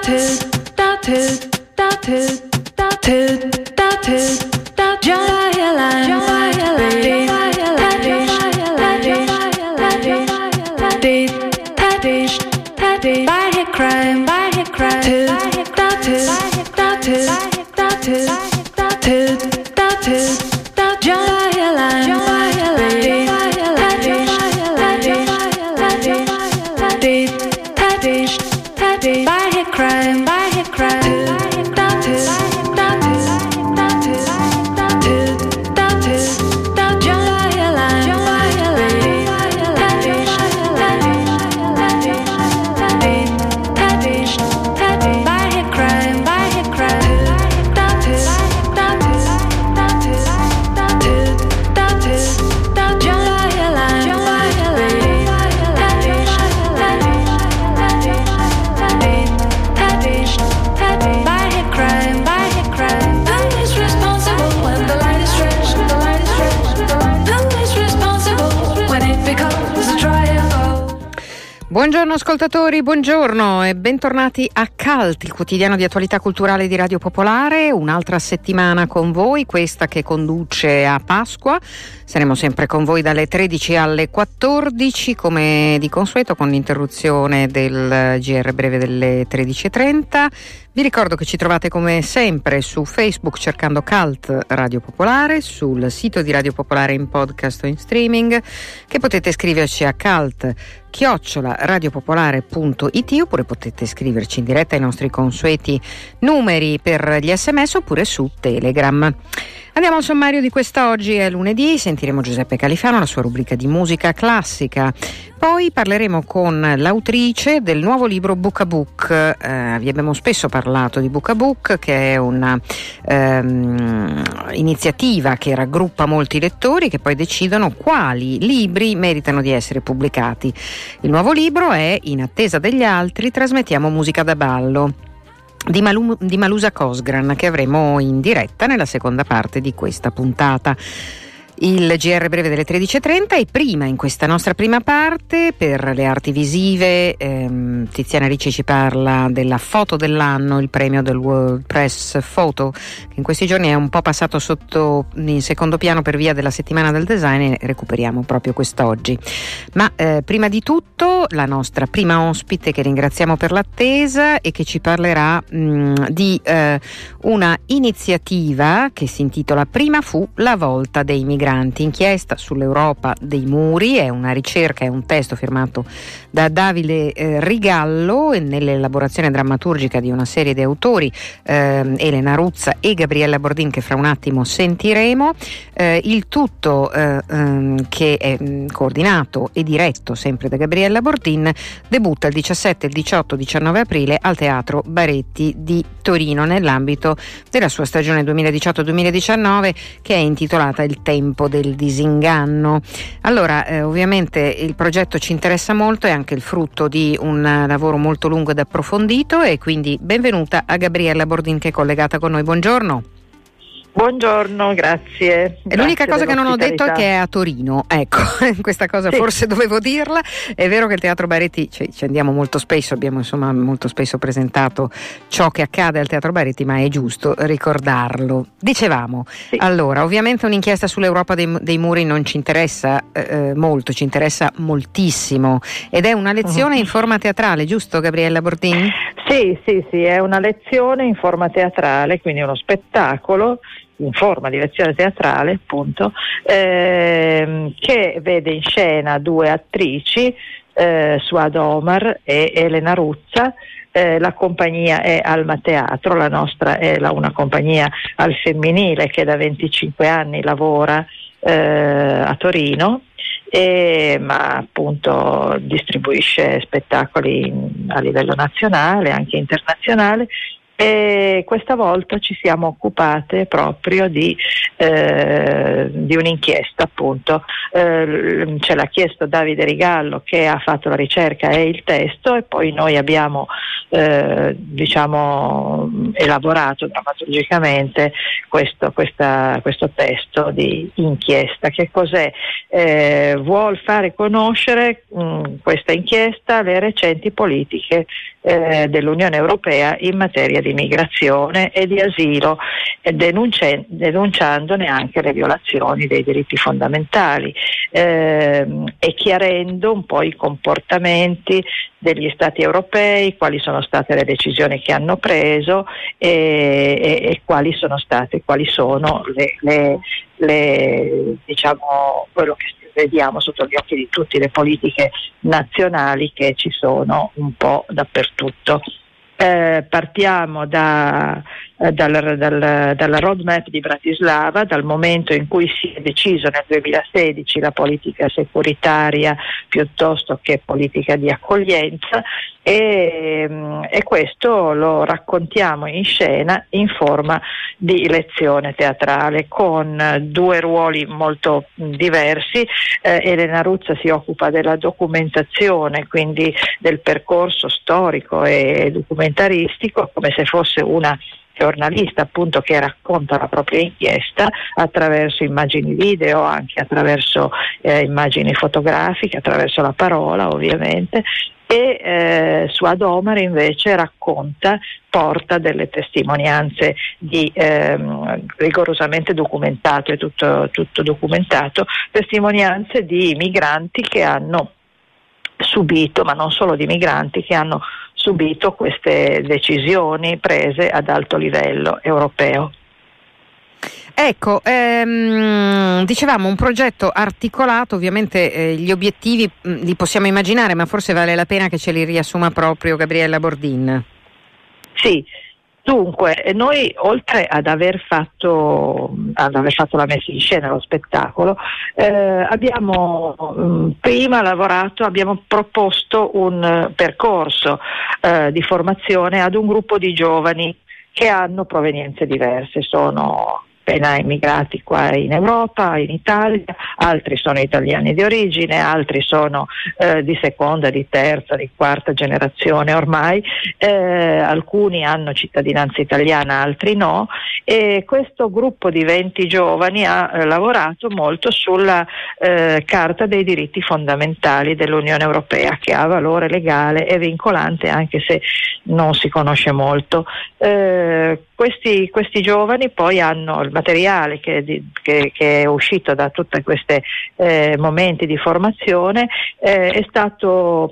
Buongiorno ascoltatori, buongiorno e bentornati a CULT, il quotidiano di attualità culturale di Radio Popolare. Un'altra settimana con voi, questa che conduce a Pasqua. Saremo sempre con voi dalle 13 alle 14, come di consueto, con l'interruzione del GR breve delle 13.30. Vi ricordo che ci trovate come sempre su Facebook cercando CULT Radio Popolare, sul sito di Radio Popolare in podcast o in streaming, che potete scriverci a cult@radiopopolare.it, oppure potete scriverci in diretta ai nostri consueti numeri per gli SMS, oppure su Telegram. Andiamo al sommario di quest'oggi, è lunedì, sentiremo Giuseppe Califano, la sua rubrica di musica classica. Poi parleremo con l'autrice del nuovo libro Book a Book. Vi abbiamo spesso parlato di Book a Book, che è una iniziativa che raggruppa molti lettori che poi decidono quali libri meritano di essere pubblicati. Il nuovo libro è In attesa degli altri, trasmettiamo musica da ballo di Malusa Cosgran, che avremo in diretta nella seconda parte di questa puntata. Il GR breve delle 13.30 e prima, in questa nostra prima parte, per le arti visive, Tiziana Ricci ci parla della foto dell'anno, il premio del World Press Photo, che in questi giorni è un po' passato in secondo piano per via della settimana del design, e recuperiamo proprio quest'oggi. Ma prima di tutto la nostra prima ospite, che ringraziamo per l'attesa e che ci parlerà di una iniziativa che si intitola Prima fu la volta dei migranti. Inchiesta sull'Europa dei muri, è una ricerca, è un testo firmato da Davide Rigallo, e nell'elaborazione drammaturgica di una serie di autori, Elena Ruzza e Gabriella Bordin, che fra un attimo sentiremo. Il tutto che è coordinato e diretto sempre da Gabriella Bordin, debutta il 17, il 18, 19 aprile al Teatro Baretti di Torino, nell'ambito della sua stagione 2018-2019, che è intitolata Il tempo del disinganno. Allora, ovviamente il progetto ci interessa molto, è anche il frutto di un lavoro molto lungo ed approfondito, e quindi benvenuta a Gabriella Bordin, che è collegata con noi. Buongiorno. Buongiorno, grazie. L'unica cosa che non ho detto è che è a Torino, ecco, questa cosa sì, forse dovevo dirla. È vero che il Teatro Baretti ci andiamo molto spesso, abbiamo insomma molto spesso presentato ciò che accade al Teatro Baretti, ma è giusto ricordarlo. Dicevamo, sì. Allora, ovviamente un'inchiesta sull'Europa dei muri non ci interessa molto, ci interessa moltissimo, ed è una lezione in forma teatrale, giusto Gabriella Bordin? Sì, è una lezione in forma teatrale, quindi uno spettacolo in forma di lezione teatrale, appunto, che vede in scena due attrici, Suad Omar e Elena Ruzza. La compagnia è Alma Teatro, la nostra è una compagnia al femminile che da 25 anni lavora a Torino, ma appunto distribuisce spettacoli a livello nazionale, anche internazionale. E questa volta ci siamo occupate proprio di un'inchiesta, appunto. Ce l'ha chiesto Davide Rigallo, che ha fatto la ricerca e il testo, e poi noi abbiamo elaborato drammaturgicamente questo testo di inchiesta. Che cos'è? Vuol fare conoscere questa inchiesta le recenti politiche dell'Unione Europea in materia di migrazione e di asilo, denunciandone anche le violazioni dei diritti fondamentali, e chiarendo un po' i comportamenti degli Stati europei, quali sono state le decisioni che hanno preso e quali sono le diciamo quello che vediamo sotto gli occhi di tutti, le politiche nazionali che ci sono un po' dappertutto. Partiamo dalla roadmap di Bratislava, dal momento in cui si è deciso nel 2016 la politica securitaria piuttosto che politica di accoglienza, e questo lo raccontiamo in scena in forma di lezione teatrale con due ruoli molto diversi. Elena Ruzza si occupa della documentazione, quindi del percorso storico e documentaristico, come se fosse una giornalista appunto che racconta la propria inchiesta attraverso immagini video, anche attraverso immagini fotografiche, attraverso la parola ovviamente, e Suad Omar invece porta delle testimonianze di rigorosamente documentato, è tutto documentato, testimonianze di migranti che hanno subito, ma non solo di migranti, che hanno subito queste decisioni prese ad alto livello europeo. Ecco, dicevamo un progetto articolato, ovviamente gli obiettivi li possiamo immaginare, ma forse vale la pena che ce li riassuma proprio Gabriella Bordin. Sì. Dunque, noi oltre ad aver fatto la messa in scena, lo spettacolo, abbiamo prima abbiamo proposto un percorso di formazione ad un gruppo di giovani che hanno provenienze diverse, sono appena immigrati qua in Europa, in Italia, altri sono italiani di origine, altri sono di seconda, di terza, di quarta generazione ormai, alcuni hanno cittadinanza italiana, altri no, e questo gruppo di 20 giovani ha lavorato molto sulla Carta dei diritti fondamentali dell'Unione Europea, che ha valore legale e vincolante anche se non si conosce molto. Questi giovani poi hanno il materiale che è uscito da tutti questi momenti di formazione, è stato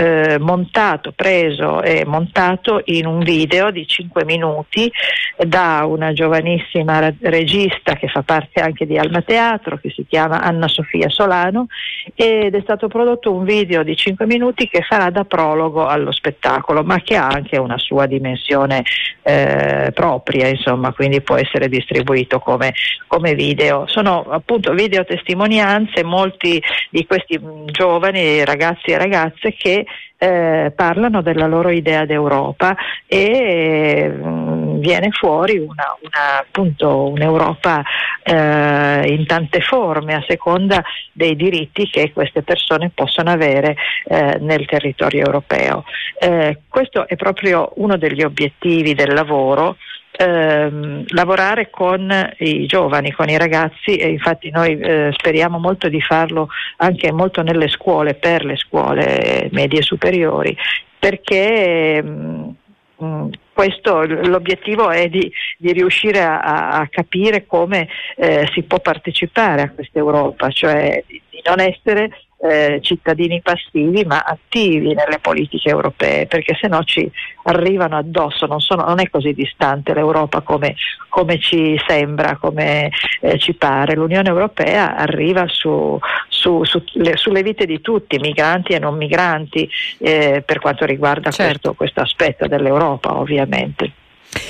preso e montato in un video di 5 minuti da una giovanissima regista che fa parte anche di Alma Teatro, che si chiama Anna Sofia Solano, ed è stato prodotto un video di 5 minuti che farà da prologo allo spettacolo, ma che ha anche una sua dimensione propria, insomma, quindi può essere distribuito come video. Sono appunto video testimonianze, molti di questi giovani ragazzi e ragazze che parlano della loro idea d'Europa, e viene fuori un'Europa in tante forme a seconda dei diritti che queste persone possono avere nel territorio europeo. Questo è proprio uno degli obiettivi del lavoro, lavorare con i giovani, con i ragazzi, e infatti noi speriamo molto di farlo anche molto nelle scuole, per le scuole medie e superiori, perché l'obiettivo è di riuscire a capire come si può partecipare a questa Europa, cioè di non essere cittadini passivi ma attivi nelle politiche europee, perché sennò ci arrivano addosso, non è così distante l'Europa come ci sembra, come ci pare. L'Unione Europea arriva sulle vite di tutti, migranti e non migranti, per quanto riguarda certo. questo aspetto dell'Europa, ovviamente.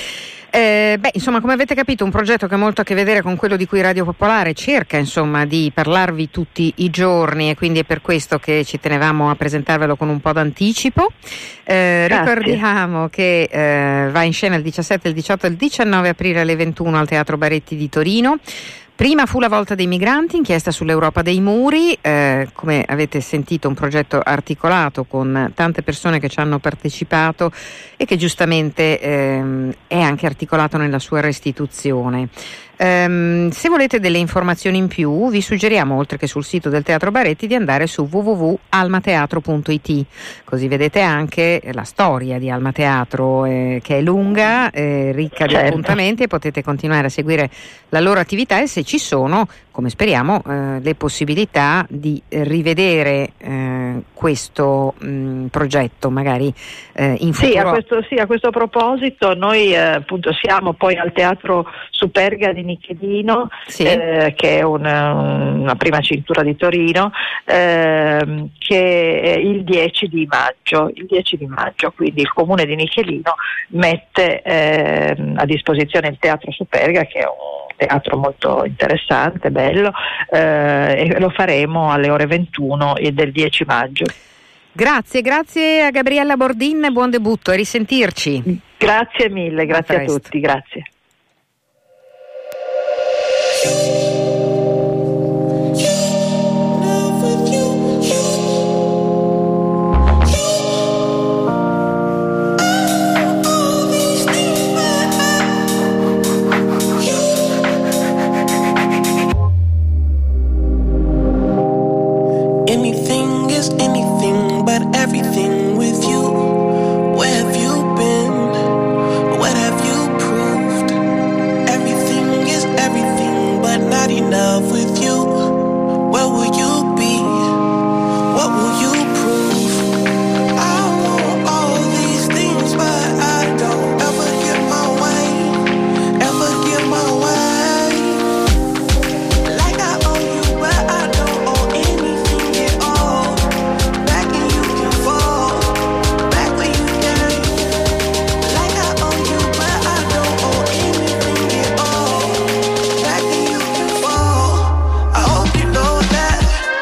Insomma, come avete capito, un progetto che ha molto a che vedere con quello di cui Radio Popolare cerca, insomma, di parlarvi tutti i giorni, e quindi è per questo che ci tenevamo a presentarvelo con un po' d'anticipo. Ricordiamo che va in scena il 17, il 18 e il 19 aprile alle 21 al Teatro Baretti di Torino. Prima fu La volta dei migranti, inchiesta sull'Europa dei muri, come avete sentito un progetto articolato con tante persone che ci hanno partecipato e che giustamente è anche articolato nella sua restituzione. Se volete delle informazioni in più vi suggeriamo, oltre che sul sito del Teatro Baretti, di andare su www.almateatro.it, così vedete anche la storia di Alma Teatro, che è lunga, ricca di appuntamenti, e potete continuare a seguire la loro attività, e se ci sono, come speriamo, le possibilità di rivedere questo progetto magari in futuro. A questo proposito noi appunto siamo poi al Teatro Superga di Nichelino, che è una prima cintura di Torino, che è il 10 di maggio, quindi il comune di Nichelino mette a disposizione il Teatro Superga, che è un teatro molto interessante, bello, e lo faremo alle ore 21 del 10 maggio. Grazie a Gabriella Bordin, buon debutto, a risentirci. Grazie mille, grazie a tutti, grazie. Anything is anything, but everything with you. Where have you been? What have you proved? Everything is everything, but not enough with you. Where will you be? What will you prove? I want all these things, but I don't ever get my way. Ever get my way. Like I owe you, but I don't owe anything at all. Back and you can fall, back when you can. Like I owe you, but I don't owe anything at all. Back and you can fall. I hope you know that.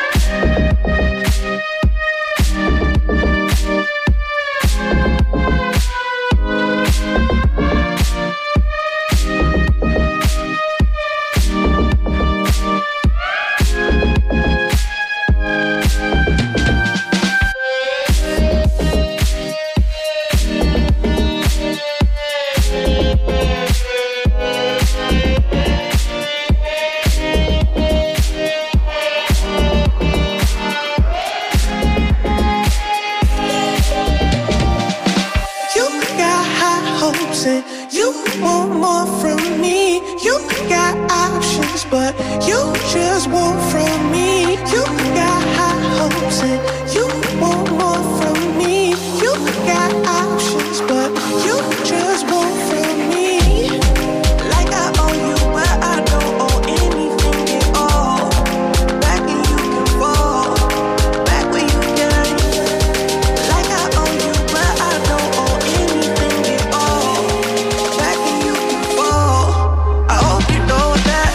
You got high hopes and you want more from me. You got options, but you just want from me. You got high hopes and you want more from me. You got options, but you just want from me. Like I owe you, but I don't owe anything at all. Back and you can fall, back when you can. Like I owe you, but I don't owe anything at all. Back and you can fall. I hope you know that.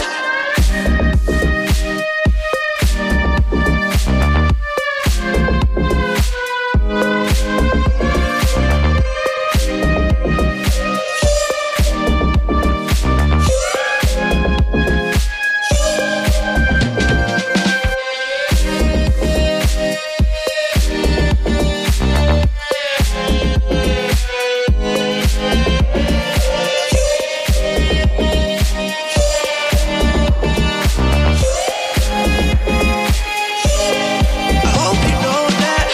I hope you know that.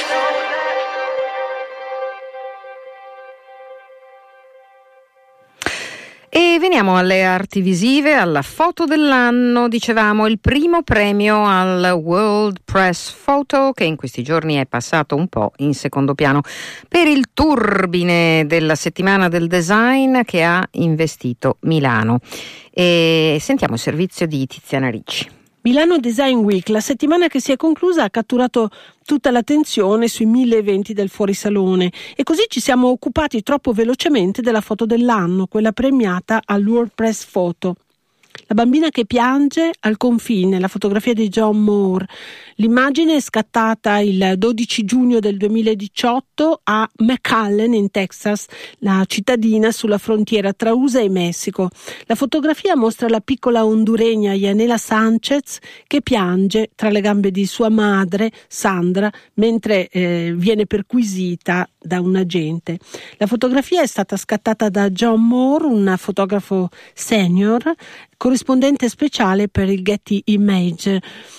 E veniamo alle arti visive, alla foto dell'anno. Dicevamo il primo premio al World Press Photo, che in questi giorni è passato un po' in secondo piano per il turbine della settimana del design che ha investito Milano. E sentiamo il servizio di Tiziana Ricci. Milano Design Week, la settimana che si è conclusa, ha catturato tutta l'attenzione sui 1000 eventi del fuorisalone e così ci siamo occupati troppo velocemente della foto dell'anno, quella premiata al World Press Photo. La bambina che piange al confine, la fotografia di John Moore. L'immagine è scattata il 12 giugno del 2018 a McAllen in Texas, la cittadina sulla frontiera tra USA e Messico. La fotografia mostra la piccola honduregna Yanela Sanchez che piange tra le gambe di sua madre Sandra mentre viene perquisita da un agente. La fotografia è stata scattata da John Moore, un fotografo senior, corrispondente speciale per il Getty Images.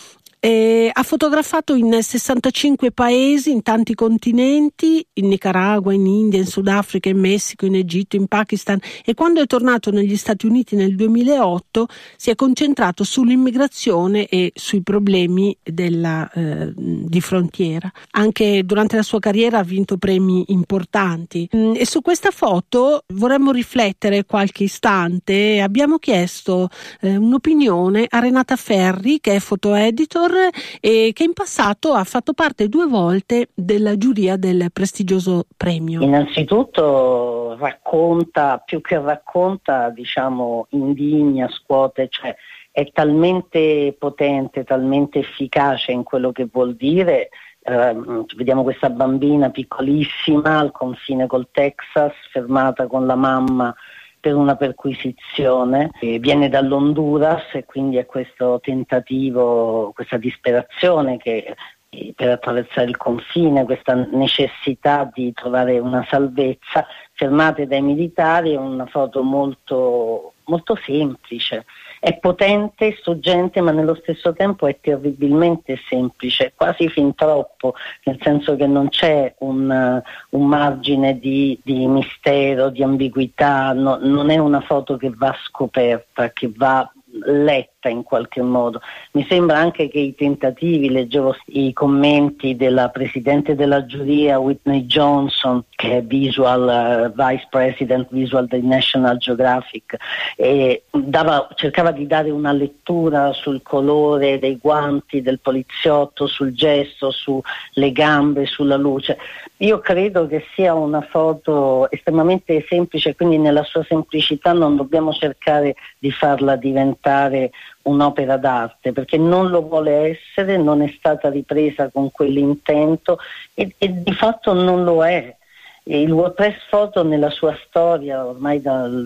Ha fotografato in 65 paesi, in tanti continenti, in Nicaragua, in India, in Sudafrica, in Messico, in Egitto, in Pakistan, e quando è tornato negli Stati Uniti nel 2008 si è concentrato sull'immigrazione e sui problemi di frontiera. Anche durante la sua carriera ha vinto premi importanti e su questa foto vorremmo riflettere qualche istante. Abbiamo chiesto un'opinione a Renata Ferri, che è foto editor e che in passato ha fatto parte 2 volte della giuria del prestigioso premio. Innanzitutto più che racconta, diciamo, indigna, scuote, cioè è talmente potente, talmente efficace in quello che vuol dire. Vediamo questa bambina piccolissima al confine col Texas, fermata con la mamma per una perquisizione, viene dall'Honduras e quindi è questo tentativo, questa disperazione che per attraversare il confine, questa necessità di trovare una salvezza, fermate dai militari. È una foto molto, molto semplice, è potente, struggente, ma nello stesso tempo è terribilmente semplice, quasi fin troppo, nel senso che non c'è un margine di mistero, di ambiguità, non è una foto che va scoperta, che va letta in qualche modo. Mi sembra anche che i tentativi, leggevo i commenti della presidente della giuria Whitney Johnson, che è vice president visual del National Geographic, e cercava di dare una lettura sul colore dei guanti del poliziotto, sul gesto, sulle gambe, sulla luce. Io credo che sia una foto estremamente semplice, quindi nella sua semplicità non dobbiamo cercare di farla diventare un'opera d'arte, perché non lo vuole essere, non è stata ripresa con quell'intento e di fatto non lo è. Il World Press Photo nella sua storia ormai dal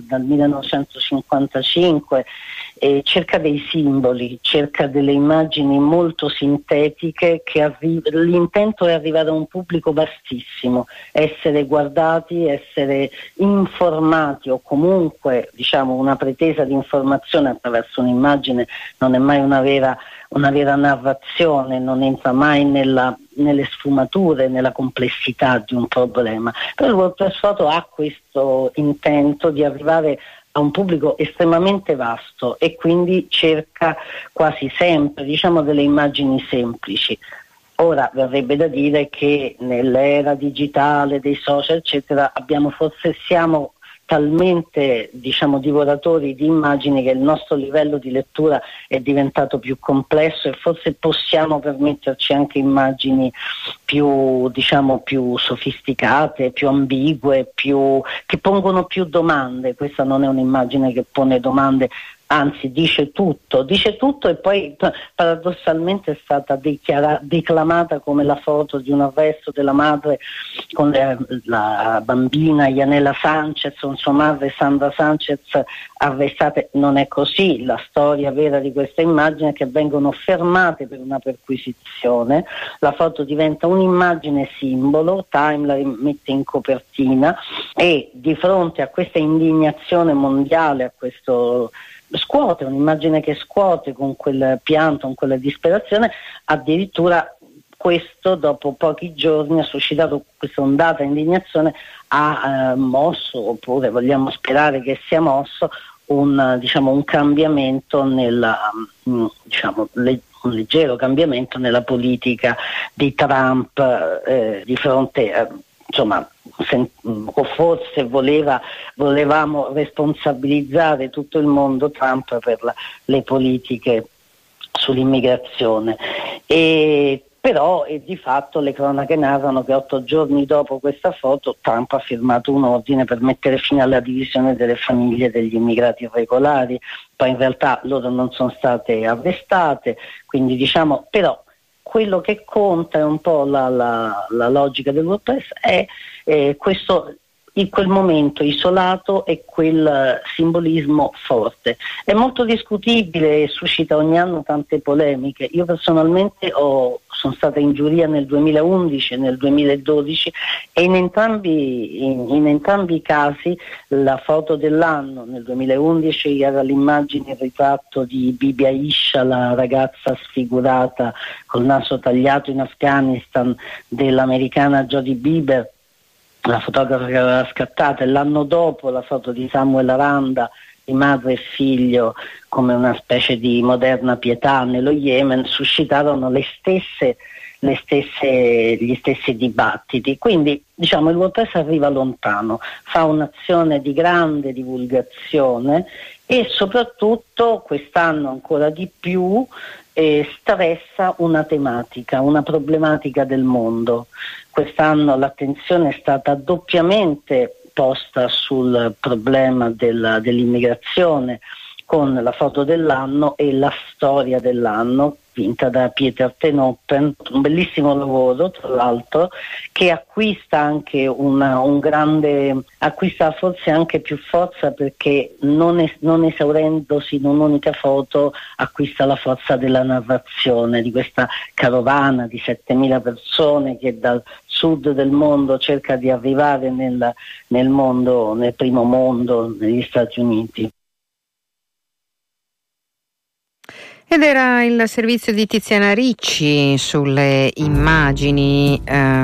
1955 cerca dei simboli, cerca delle immagini molto sintetiche che l'intento è arrivare a un pubblico vastissimo, essere guardati, essere informati o comunque, diciamo, una pretesa di informazione attraverso un'immagine non è mai una vera narrazione, non entra mai nelle sfumature, nella complessità di un problema. Però il World Press Photo ha questo intento di arrivare a un pubblico estremamente vasto e quindi cerca quasi sempre, diciamo, delle immagini semplici. Ora verrebbe da dire che nell'era digitale, dei social, eccetera, siamo talmente, diciamo, divoratori di immagini che il nostro livello di lettura è diventato più complesso e forse possiamo permetterci anche immagini più, diciamo, più sofisticate, più ambigue, che pongono più domande. Questa non è un'immagine che pone domande, anzi dice tutto e poi paradossalmente è stata declamata come la foto di un arresto della madre con la bambina Yanela Sanchez, con sua madre Sandra Sanchez arrestate. Non è così. La storia vera di questa immagine è che vengono fermate per una perquisizione, la foto diventa un'immagine simbolo, Time la mette in copertina e di fronte a questa indignazione mondiale, a questo scuote, un'immagine che scuote con quel pianto, con quella disperazione, addirittura questo dopo pochi giorni ha suscitato questa ondata indignazione, ha mosso, oppure vogliamo sperare che sia mosso, un cambiamento un leggero cambiamento nella politica di Trump di fronte a, o forse volevamo responsabilizzare tutto il mondo Trump per le politiche sull'immigrazione. Però di fatto le cronache narrano che 8 giorni dopo questa foto Trump ha firmato un ordine per mettere fine alla divisione delle famiglie degli immigrati irregolari. Poi in realtà loro non sono state arrestate, quindi diciamo, però quello che conta è un po' la logica del WordPress, è questo, in quel momento isolato e quel simbolismo forte. È molto discutibile e suscita ogni anno tante polemiche. Io personalmente sono stata in giuria nel 2011 e nel 2012 e in entrambi i casi la foto dell'anno, nel 2011 era l'immagine, il ritratto di Bibi Aisha, la ragazza sfigurata col naso tagliato in Afghanistan dell'americana Jodie Bieber, la fotografa che aveva scattata, e l'anno dopo la foto di Samuel Aranda, di madre e figlio, come una specie di moderna pietà nello Yemen, suscitarono gli stessi dibattiti. Quindi diciamo il WordPress arriva lontano, fa un'azione di grande divulgazione e soprattutto quest'anno ancora di più stressa una tematica, una problematica del mondo. Quest'anno l'attenzione è stata doppiamente posta sul problema dell'immigrazione, con la foto dell'anno e la storia dell'anno, vinta da Pieter Tenoppen, un bellissimo lavoro tra l'altro, che acquista anche acquista forse anche più forza, perché non esaurendosi in un'unica foto acquista la forza della narrazione di questa carovana di 7.000 persone che dal sud del mondo cerca di arrivare nel primo mondo, negli Stati Uniti. Ed era il servizio di Tiziana Ricci sulle immagini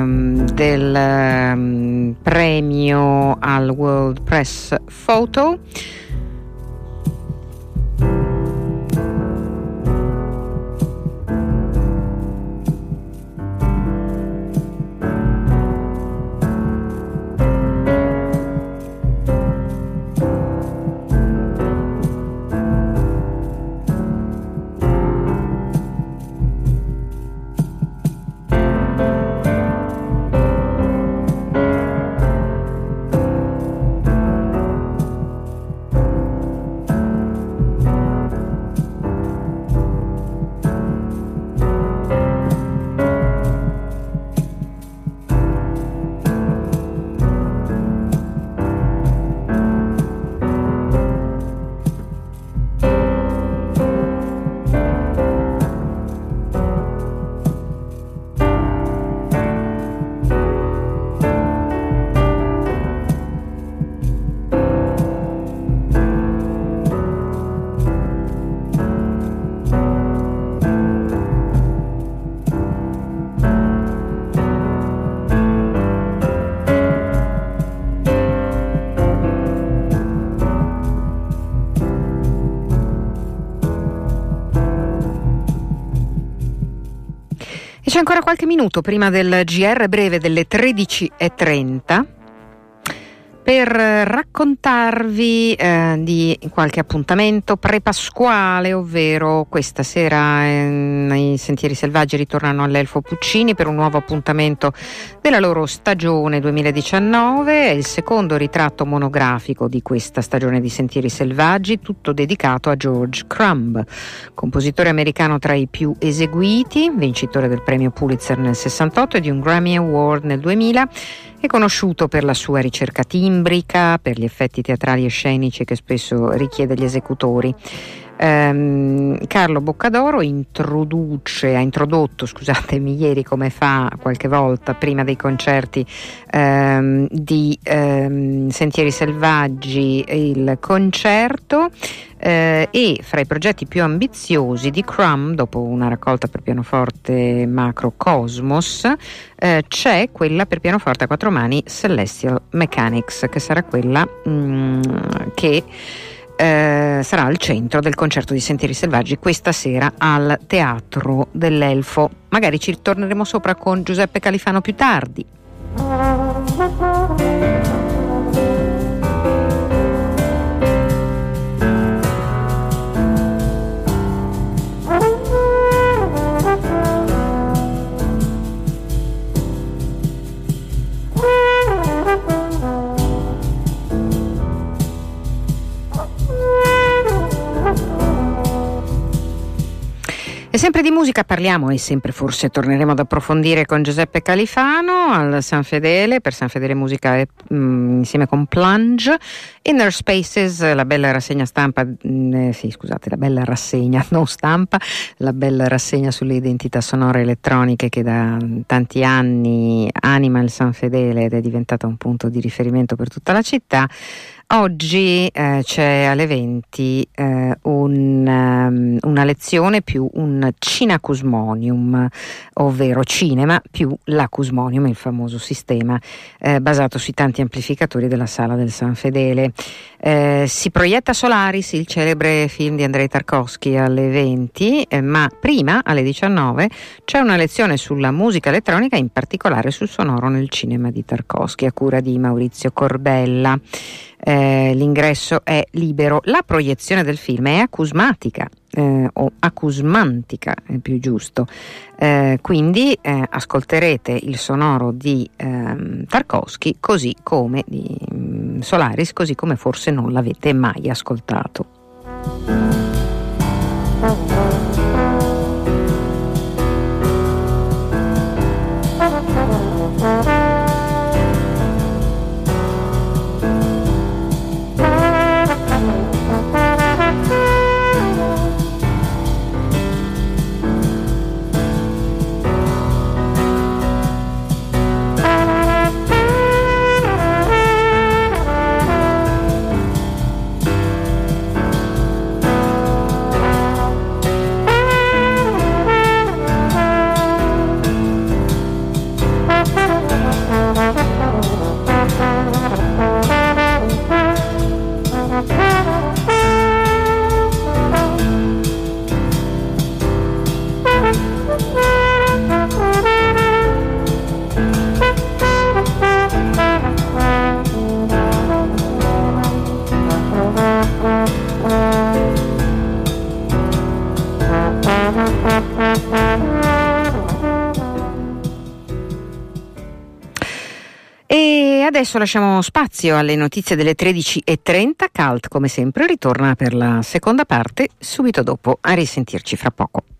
del premio al World Press Photo. C'è ancora qualche minuto prima del GR breve delle 13:30 per raccontarvi di qualche appuntamento pre-pasquale, ovvero questa sera i Sentieri Selvaggi ritornano all'Elfo Puccini per un nuovo appuntamento della loro stagione 2019. È il secondo ritratto monografico di questa stagione di Sentieri Selvaggi, tutto dedicato a George Crumb, compositore americano tra i più eseguiti, vincitore del premio Pulitzer nel 68 e di un Grammy Award nel 2000. È conosciuto per la sua ricerca timbrica, per gli effetti teatrali e scenici che spesso richiede gli esecutori. Carlo Boccadoro ha introdotto ieri, come fa qualche volta prima dei concerti di Sentieri Selvaggi, il concerto, e fra i progetti più ambiziosi di Crumb, dopo una raccolta per pianoforte Macrocosmos, c'è quella per pianoforte a 4 mani Celestial Mechanics, che sarà quella che sarà al centro del concerto di Sentieri Selvaggi questa sera al Teatro dell'Elfo. Magari ci torneremo sopra con Giuseppe Califano più tardi. E sempre di musica parliamo e sempre forse torneremo ad approfondire con Giuseppe Califano al San Fedele, per San Fedele Musica insieme con Plunge. Inner Spaces, la bella rassegna stampa, la bella rassegna, non stampa, la bella rassegna sulle identità sonore elettroniche che da tanti anni anima il San Fedele ed è diventata un punto di riferimento per tutta la città. Oggi c'è alle 20 una lezione più un Cinacusmonium, ovvero cinema più l'acusmonium, il famoso sistema basato sui tanti amplificatori della sala del San Fedele. Si proietta Solaris, il celebre film di Andrei Tarkovsky, alle 20, ma prima, alle 19, c'è una lezione sulla musica elettronica, in particolare sul sonoro nel cinema di Tarkovsky, a cura di Maurizio Corbella. L'ingresso è libero. La proiezione del film è acusmatica o acusmantica è più giusto, quindi ascolterete il sonoro di Tarkovsky così come di Solaris, così come forse non l'avete mai ascoltato. E adesso lasciamo spazio alle notizie delle 13:30. Cult, come sempre, ritorna per la seconda parte subito dopo. A risentirci fra poco.